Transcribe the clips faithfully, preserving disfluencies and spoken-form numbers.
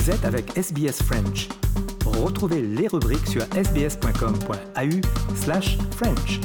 Vous êtes avec S B S French. Retrouvez les rubriques sur sbs.com.au slash French.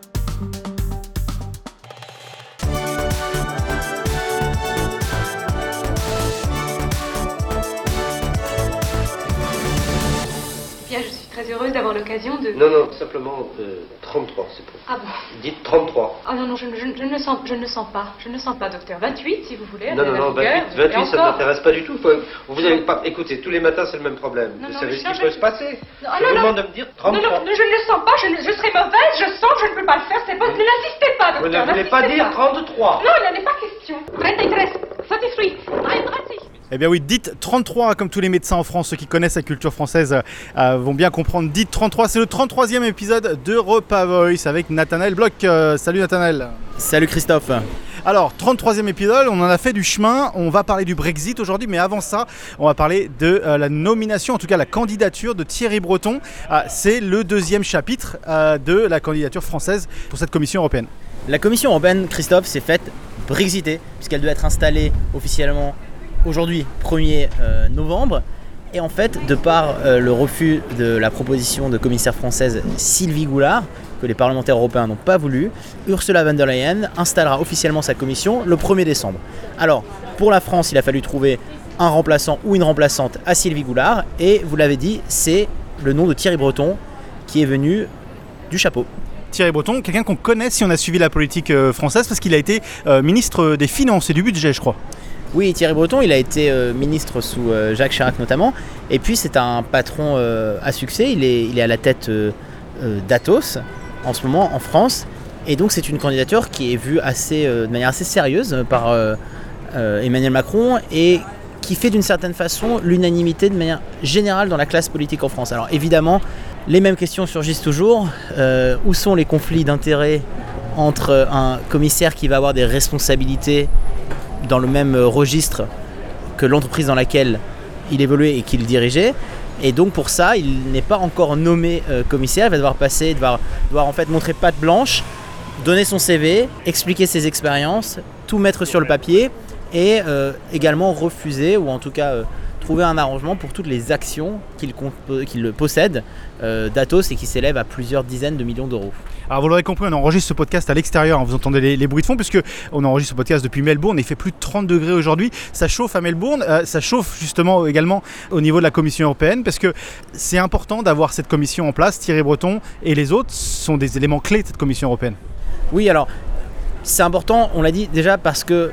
Bien, je suis très heureuse d'avoir l'occasion de... Non, non, simplement euh, trente-trois, c'est pour. Ah bon? Dites trente-trois. Ah non, non, je, je, je, ne le sens, je ne le sens pas. Je ne le sens pas, docteur. vingt-huit, si vous voulez. Non, non, non, vingt-huit, vingt-huit, ça ne m'intéresse pas du tout. Faut, vous avez pas... Écoutez, tous les matins, c'est le même problème. Non, vous non, savez je- ce qui je- peut se passer. Non, Je non, vous non. demande de me dire Non, non, trente-trois. non, je ne le sens pas. Je, ne- je serai mauvaise. Je sens que je ne peux pas le faire. C'est pas... Ne n'insistez pas, Vous docteur. ne voulez pas n'insistez dire trente-trois. Non, il n'en est pas question. trente-trois, trente-trois, trente-trois. Eh bien oui, dites trente-trois, comme tous les médecins en France, ceux qui connaissent la culture française euh, vont bien comprendre. Dites trente-trois, c'est le trente-troisième épisode d'Europa Voice avec Nathanaël Bloch. Euh, salut Nathanaël. Salut Christophe. Alors, trente-troisième épisode, on en a fait du chemin, on va parler du Brexit aujourd'hui, mais avant ça, on va parler de euh, la nomination, en tout cas la candidature de Thierry Breton. Euh, c'est le deuxième chapitre euh, de la candidature française pour cette Commission européenne. La Commission européenne, Christophe, s'est faite brexiter, puisqu'elle doit être installée officiellement aujourd'hui, premier euh, novembre. Et en fait, de par euh, le refus de la proposition de commissaire française Sylvie Goulard, que les parlementaires européens n'ont pas voulu, Ursula von der Leyen installera officiellement sa commission le premier décembre. Alors, pour la France, il a fallu trouver un remplaçant ou une remplaçante à Sylvie Goulard. Et vous l'avez dit, c'est le nom de Thierry Breton qui est venu du chapeau. Thierry Breton, quelqu'un qu'on connaît si on a suivi la politique euh, française, parce qu'il a été euh, ministre des Finances et du Budget, je crois. Oui, Thierry Breton, il a été euh, ministre sous euh, Jacques Chirac notamment. Et puis c'est un patron euh, à succès, il est, il est à la tête euh, euh, d'Atos en ce moment en France. Et donc c'est une candidature qui est vue assez, euh, de manière assez sérieuse par euh, euh, Emmanuel Macron et qui fait d'une certaine façon l'unanimité de manière générale dans la classe politique en France. Alors évidemment, les mêmes questions surgissent toujours. Euh, où sont les conflits d'intérêts entre un commissaire qui va avoir des responsabilités dans le même registre que l'entreprise dans laquelle il évoluait et qu'il dirigeait, et donc pour ça il n'est pas encore nommé euh, commissaire. Il va devoir passer, devoir, devoir en fait montrer patte blanche, donner son C V, expliquer ses expériences, tout mettre sur le papier et euh, également refuser ou en tout cas euh, trouver un arrangement pour toutes les actions qu'il, comp- qu'il possède euh, d'Atos et qui s'élèvent à plusieurs dizaines de millions d'euros. Alors vous l'aurez compris, on enregistre ce podcast à l'extérieur, hein, vous entendez les, les bruits de fond puisque on enregistre ce podcast depuis Melbourne, il fait plus de trente degrés aujourd'hui, ça chauffe à Melbourne, euh, ça chauffe justement également au niveau de la Commission européenne parce que c'est important d'avoir cette commission en place. Thierry Breton et les autres sont des éléments clés de cette Commission européenne. Oui, alors c'est important, on l'a dit déjà parce que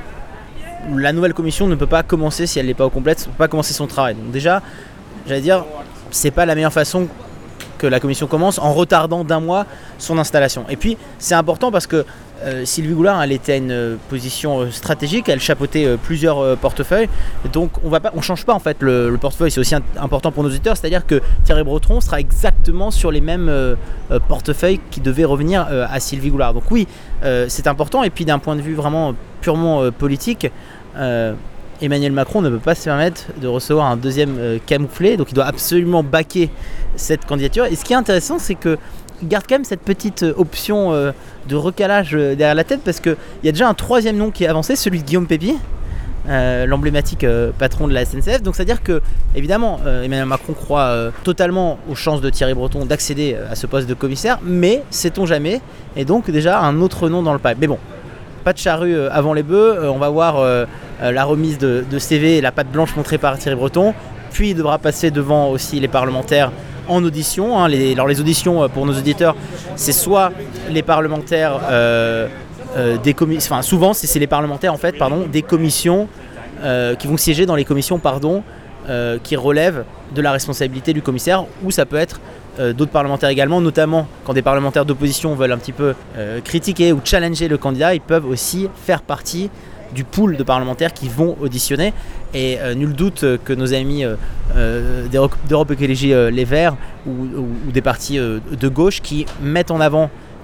la nouvelle commission ne peut pas commencer si elle n'est pas au complète, ne peut pas commencer son travail. Donc déjà, j'allais dire, c'est pas la meilleure façon que la commission commence en retardant d'un mois son installation. Et puis c'est important parce que euh, Sylvie Goulard, elle était à une euh, position euh, stratégique, elle chapeautait euh, plusieurs euh, portefeuilles, donc on va pas, on change pas en fait le, le portefeuille. C'est aussi un, important pour nos auditeurs, c'est-à-dire que Thierry Breton sera exactement sur les mêmes euh, euh, portefeuilles qui devaient revenir euh, à Sylvie Goulard. Donc oui, euh, c'est important. Et puis d'un point de vue vraiment purement euh, politique, euh, Emmanuel Macron ne peut pas se permettre de recevoir un deuxième euh, camouflé, donc il doit absolument baquer cette candidature. Et ce qui est intéressant, c'est qu'il garde quand même cette petite euh, option euh, de recalage euh, derrière la tête, parce qu'il y a déjà un troisième nom qui est avancé, celui de Guillaume Pépi, euh, l'emblématique euh, patron de la S N C F. Donc c'est-à-dire que, évidemment, euh, Emmanuel Macron croit euh, totalement aux chances de Thierry Breton d'accéder à ce poste de commissaire, mais sait-on jamais, et donc déjà un autre nom dans le pipe. Mais bon, pas de charrue euh, avant les bœufs, euh, on va voir euh, euh, la remise de, de C V et la patte blanche montrée par Thierry Breton, puis il devra passer devant aussi les parlementaires en audition. Hein. Les, alors les auditions euh, pour nos auditeurs, c'est soit les parlementaires euh, euh, des commissions, enfin souvent c'est, c'est les parlementaires en fait, pardon, des commissions euh, qui vont siéger dans les commissions, pardon, euh, qui relèvent de la responsabilité du commissaire, ou ça peut être euh, d'autres parlementaires également, notamment quand des parlementaires d'opposition veulent un petit peu euh, critiquer ou challenger le candidat, ils peuvent aussi faire partie du pool de parlementaires qui vont auditionner. Et euh, nul doute que nos amis euh, euh, d'Europe Écologie euh, Les Verts ou, ou, ou des partis euh, de gauche qui mettent en avant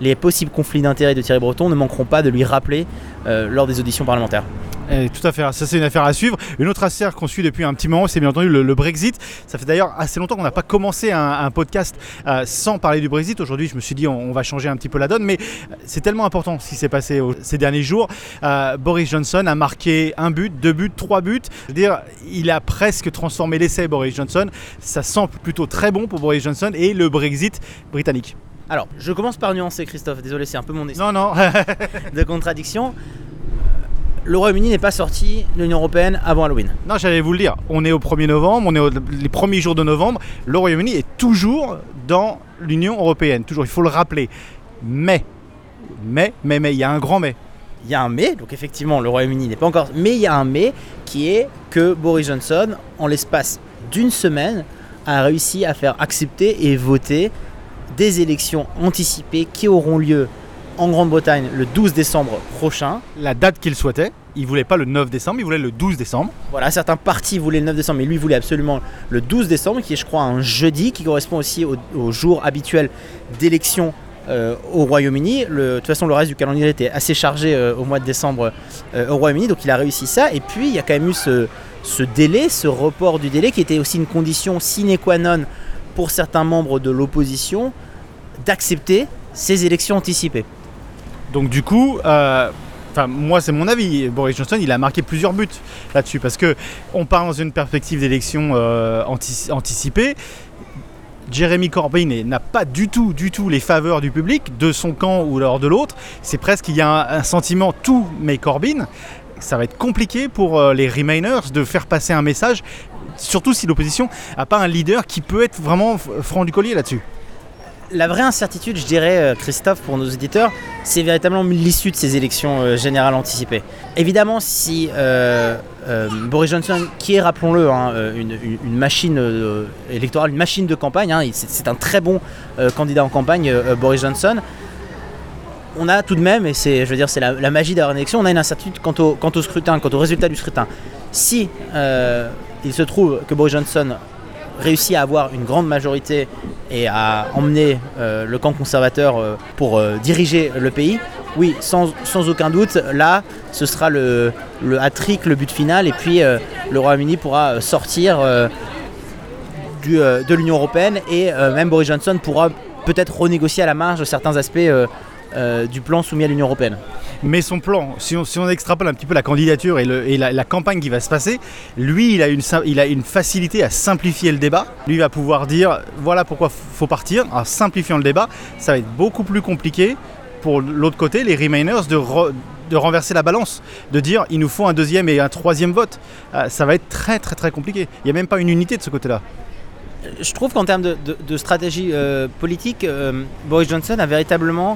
les possibles conflits d'intérêts de Thierry Breton ne manqueront pas de lui rappeler euh, lors des auditions parlementaires. Et tout à fait, ça c'est une affaire à suivre. Une autre affaire qu'on suit depuis un petit moment, c'est bien entendu le, le Brexit. Ça fait d'ailleurs assez longtemps qu'on n'a pas commencé un, un podcast euh, sans parler du Brexit. Aujourd'hui, je me suis dit on, on va changer un petit peu la donne, mais c'est tellement important ce qui s'est passé au, ces derniers jours. Euh, Boris Johnson a marqué un but, deux buts, trois buts. Je veux dire, il a presque transformé l'essai Boris Johnson. Ça sent plutôt très bon pour Boris Johnson et le Brexit britannique. Alors, je commence par nuancer, Christophe. Désolé, c'est un peu mon esprit non, non. de contradiction. Le Royaume-Uni n'est pas sorti de l'Union Européenne avant Halloween. Non, j'allais vous le dire. On est au premier novembre, on est aux les premiers jours de novembre. Le Royaume-Uni est toujours dans l'Union Européenne. Toujours, il faut le rappeler. Mais, mais, mais, mais, il y a un grand mais. Il y a un mais, donc effectivement, le Royaume-Uni n'est pas encore... Mais il y a un mais qui est que Boris Johnson, en l'espace d'une semaine, a réussi à faire accepter et voter des élections anticipées qui auront lieu en Grande-Bretagne le douze décembre prochain. La date qu'il souhaitait, il ne voulait pas le neuf décembre, il voulait le douze décembre. Voilà, certains partis voulaient le neuf décembre, mais lui voulait absolument le douze décembre, qui est je crois un jeudi, qui correspond aussi au, au jour habituel d'élection euh, au Royaume-Uni. Le, de toute façon, le reste du calendrier était assez chargé euh, au mois de décembre euh, au Royaume-Uni, donc il a réussi ça. Et puis, il y a quand même eu ce, ce délai, ce report du délai, qui était aussi une condition sine qua non pour certains membres de l'opposition, d'accepter ces élections anticipées. Donc du coup, euh, moi c'est mon avis, Boris Johnson il a marqué plusieurs buts là-dessus parce qu'on part dans une perspective d'élection euh, anti- anticipée. Jeremy Corbyn n'a pas du tout, du tout les faveurs du public, de son camp ou alors de l'autre. C'est presque, il y a un, un sentiment tout mais Corbyn. Ça va être compliqué pour euh, les Remainers de faire passer un message, surtout si l'opposition n'a pas un leader qui peut être vraiment franc du collier là-dessus. La vraie incertitude, je dirais, Christophe, pour nos auditeurs, c'est véritablement l'issue de ces élections euh, générales anticipées. Évidemment, si euh, euh, Boris Johnson, qui est, rappelons-le, hein, une, une machine euh, électorale, une machine de campagne, hein, c'est, c'est un très bon euh, candidat en campagne, euh, Boris Johnson, on a tout de même, et c'est, je veux dire, c'est la, la magie d'avoir une élection, on a une incertitude quant au, quant au scrutin, quant au résultat du scrutin. Si euh, il se trouve que Boris Johnson réussit à avoir une grande majorité et à emmener euh, le camp conservateur euh, pour euh, diriger le pays, oui, sans, sans aucun doute, là, ce sera le, le hat-trick, le but final, et puis euh, le Royaume-Uni pourra sortir euh, du, euh, de l'Union Européenne, et euh, même Boris Johnson pourra peut-être renégocier à la marge certains aspects euh, euh, du plan soumis à l'Union Européenne. Mais son plan, si on, si on extrapole un petit peu la candidature et, le, et la, la campagne qui va se passer, lui, il a, une, il a une facilité à simplifier le débat. Lui, il va pouvoir dire, voilà pourquoi il faut partir. En simplifiant le débat, ça va être beaucoup plus compliqué pour l'autre côté, les Remainers, de, re, de renverser la balance, de dire, il nous faut un deuxième et un troisième vote. Euh, ça va être très, très, très compliqué. Il n'y a même pas une unité de ce côté-là. Je trouve qu'en termes de, de, de stratégie euh, politique, euh, Boris Johnson a véritablement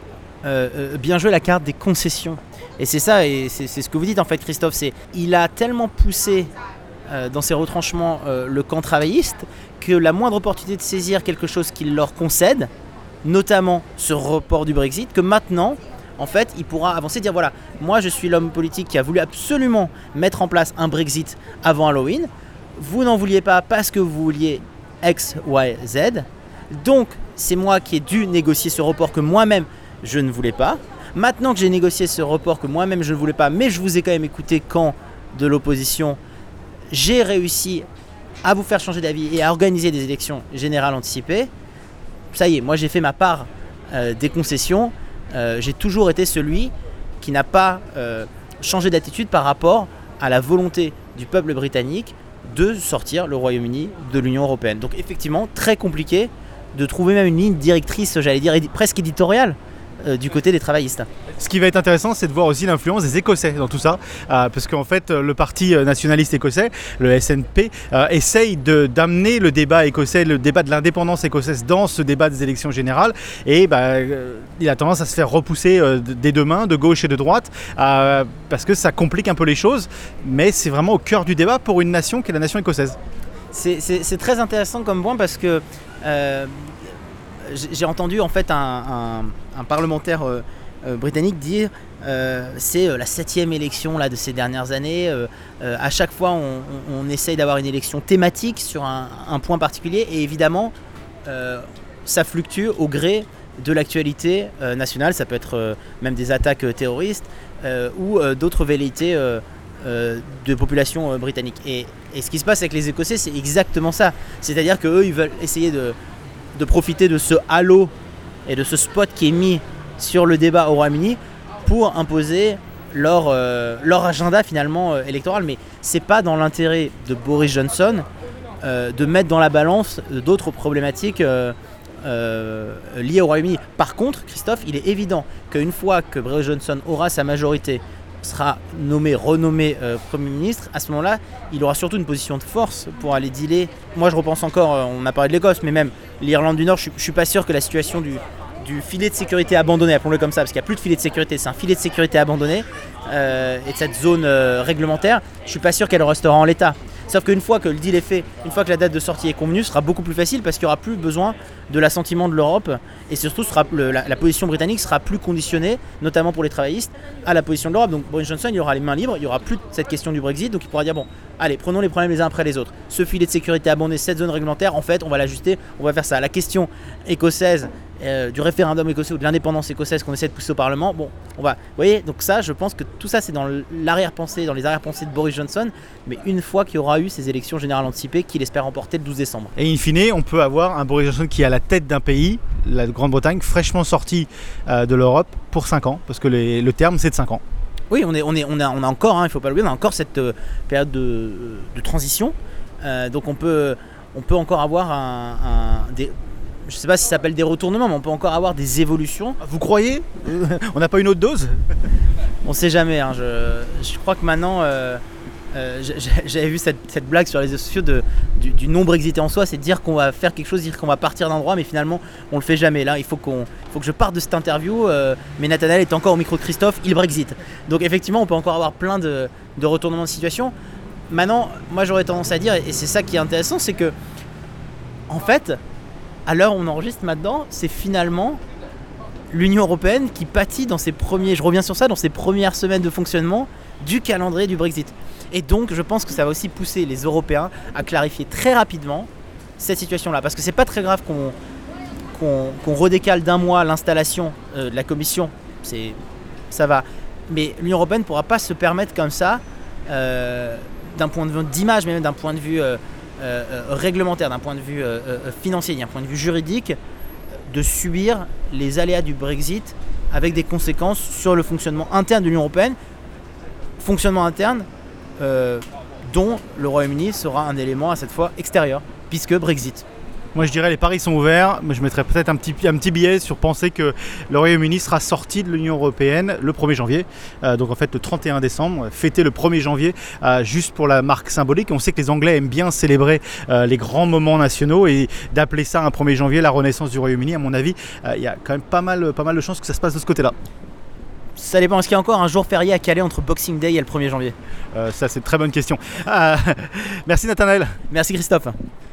Euh, bien jouer la carte des concessions. Et c'est ça, et c'est, c'est ce que vous dites en fait, Christophe, c'est il a tellement poussé euh, dans ses retranchements euh, le camp travailliste que la moindre opportunité de saisir quelque chose qu'il leur concède, notamment ce report du Brexit, que maintenant, en fait, il pourra avancer, dire voilà, moi je suis l'homme politique qui a voulu absolument mettre en place un Brexit avant Halloween, vous n'en vouliez pas parce que vous vouliez X, Y, Z, donc c'est moi qui ai dû négocier ce report que moi-même je ne voulais pas. Maintenant que j'ai négocié ce report que moi-même je ne voulais pas, mais je vous ai quand même écouté quand de l'opposition, j'ai réussi à vous faire changer d'avis et à organiser des élections générales anticipées. Ça y est, moi j'ai fait ma part euh, des concessions. Euh, j'ai toujours été celui qui n'a pas euh, changé d'attitude par rapport à la volonté du peuple britannique de sortir le Royaume-Uni de l'Union Européenne. Donc effectivement, très compliqué de trouver même une ligne directrice, j'allais dire édi- presque éditoriale, Euh, du côté des travaillistes. Ce qui va être intéressant, c'est de voir aussi l'influence des Écossais dans tout ça, euh, parce qu'en fait, le parti nationaliste écossais, le S N P, euh, essaye de, d'amener le débat écossais, le débat de l'indépendance écossaise dans ce débat des élections générales, et bah, euh, il a tendance à se faire repousser euh, des deux mains, de gauche et de droite, euh, parce que ça complique un peu les choses, mais c'est vraiment au cœur du débat pour une nation qui est la nation écossaise. C'est, c'est, c'est très intéressant comme point parce que euh, j'ai entendu en fait un, un, un parlementaire euh, euh, britannique dire euh, c'est euh, la septième élection là, de ces dernières années. Euh, euh, à chaque fois, on, on, on essaye d'avoir une élection thématique sur un, un point particulier et évidemment, euh, ça fluctue au gré de l'actualité euh, nationale, ça peut être euh, même des attaques euh, terroristes euh, ou euh, d'autres velléités euh, euh, de population euh, britannique. Et, et ce qui se passe avec les Écossais, c'est exactement ça. C'est-à-dire qu'eux, ils veulent essayer de, de profiter de ce halo et de ce spot qui est mis sur le débat au Royaume-Uni pour imposer leur, euh, leur agenda finalement euh, électoral. Mais c'est pas dans l'intérêt de Boris Johnson euh, de mettre dans la balance d'autres problématiques euh, euh, liées au Royaume-Uni. Par contre, Christophe, il est évident qu'une fois que Boris Johnson aura sa majorité, sera nommé, renommé euh, Premier ministre, à ce moment-là, il aura surtout une position de force pour aller dealer. Moi, je repense encore, euh, on a parlé de l'Écosse, mais même l'Irlande du Nord, je ne suis pas sûr que la situation du, du filet de sécurité abandonné, appelons-le comme ça, parce qu'il n'y a plus de filet de sécurité, c'est un filet de sécurité abandonné, euh, et de cette zone euh, réglementaire, je ne suis pas sûr qu'elle restera en l'état. Sauf qu'une fois que le deal est fait, une fois que la date de sortie est convenue, ce sera beaucoup plus facile parce qu'il n'y aura plus besoin de l'assentiment de l'Europe et surtout sera, le, la, la position britannique sera plus conditionnée, notamment pour les travaillistes, à la position de l'Europe. Donc Boris Johnson, il aura les mains libres, il n'y aura plus cette question du Brexit, donc il pourra dire bon, allez, prenons les problèmes les uns après les autres. Ce filet de sécurité abondé, cette zone réglementaire, en fait, on va l'ajuster, on va faire ça. La question écossaise, euh, du référendum écossais ou de l'indépendance écossaise qu'on essaie de pousser au Parlement, bon, on va. Vous voyez, donc ça, je pense que tout ça, c'est dans l'arrière-pensée, dans les arrière-pensées de Boris Johnson, mais une fois qu'il y aura eu ces élections générales anticipées qu'il espère remporter le douze décembre. Et in fine, on peut avoir un Boris Johnson qui est à la tête d'un pays, la Grande-Bretagne, fraîchement sorti euh, de l'Europe pour cinq ans, parce que les, le terme, c'est de cinq ans. Oui, on, est, on, est, on, a, on a encore, il hein, ne faut pas l'oublier, on a encore cette euh, période de, de transition. Euh, donc on peut, on peut encore avoir un, un, des... Je ne sais pas si ça s'appelle des retournements, mais on peut encore avoir des évolutions. Vous croyez? On n'a pas une autre dose? On ne sait jamais. Hein, je, je crois que maintenant, euh, euh, j'avais vu cette, cette blague sur les réseaux sociaux de, du, du non-Brexité en soi, c'est de dire qu'on va faire quelque chose, dire qu'on va partir d'un endroit, mais finalement, on ne le fait jamais. Là, il faut, qu'on, il faut que je parte de cette interview, euh, mais Nathanaël est encore au micro de Christophe, il Brexit. Donc effectivement, on peut encore avoir plein de, de retournements de situation. Maintenant, moi j'aurais tendance à dire, et c'est ça qui est intéressant, c'est que, en fait, à l'heure où on enregistre maintenant, c'est finalement l'Union Européenne qui pâtit dans ses premiers, je reviens sur ça, dans ses premières semaines de fonctionnement du calendrier du Brexit. Et donc je pense que ça va aussi pousser les Européens à clarifier très rapidement cette situation-là. Parce que c'est pas très grave qu'on, qu'on, qu'on redécale d'un mois l'installation euh, de la Commission, c'est, ça va. Mais l'Union Européenne ne pourra pas se permettre comme ça, euh, d'un point de vue d'image, mais même d'un point de vue euh, euh, réglementaire, d'un point de vue euh, euh, financier, d'un point de vue juridique, de subir les aléas du Brexit avec des conséquences sur le fonctionnement interne de l'Union Européenne, fonctionnement interne euh, dont le Royaume-Uni sera un élément à cette fois extérieur, puisque Brexit. Moi je dirais les paris sont ouverts, mais je mettrais peut-être un petit, un petit billet sur penser que le Royaume-Uni sera sorti de l'Union Européenne le premier janvier, euh, donc en fait le trente et un décembre, fêter le premier janvier euh, juste pour la marque symbolique. On sait que les Anglais aiment bien célébrer euh, les grands moments nationaux et d'appeler ça un premier janvier la renaissance du Royaume-Uni, à mon avis, il euh, y a quand même pas mal, pas mal de chances que ça se passe de ce côté-là. Ça dépend, est-ce qu'il y a encore un jour férié à Calais entre Boxing Day et le premier janvier? euh, Ça c'est une très bonne question. Euh, merci Nathanaël. Merci Christophe.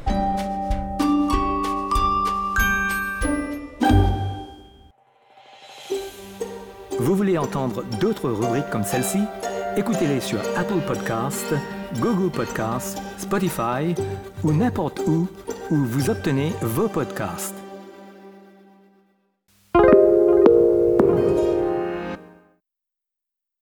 Vous voulez entendre d'autres rubriques comme celle-ci? Écoutez-les sur Apple Podcasts, Google Podcasts, Spotify ou n'importe où où vous obtenez vos podcasts.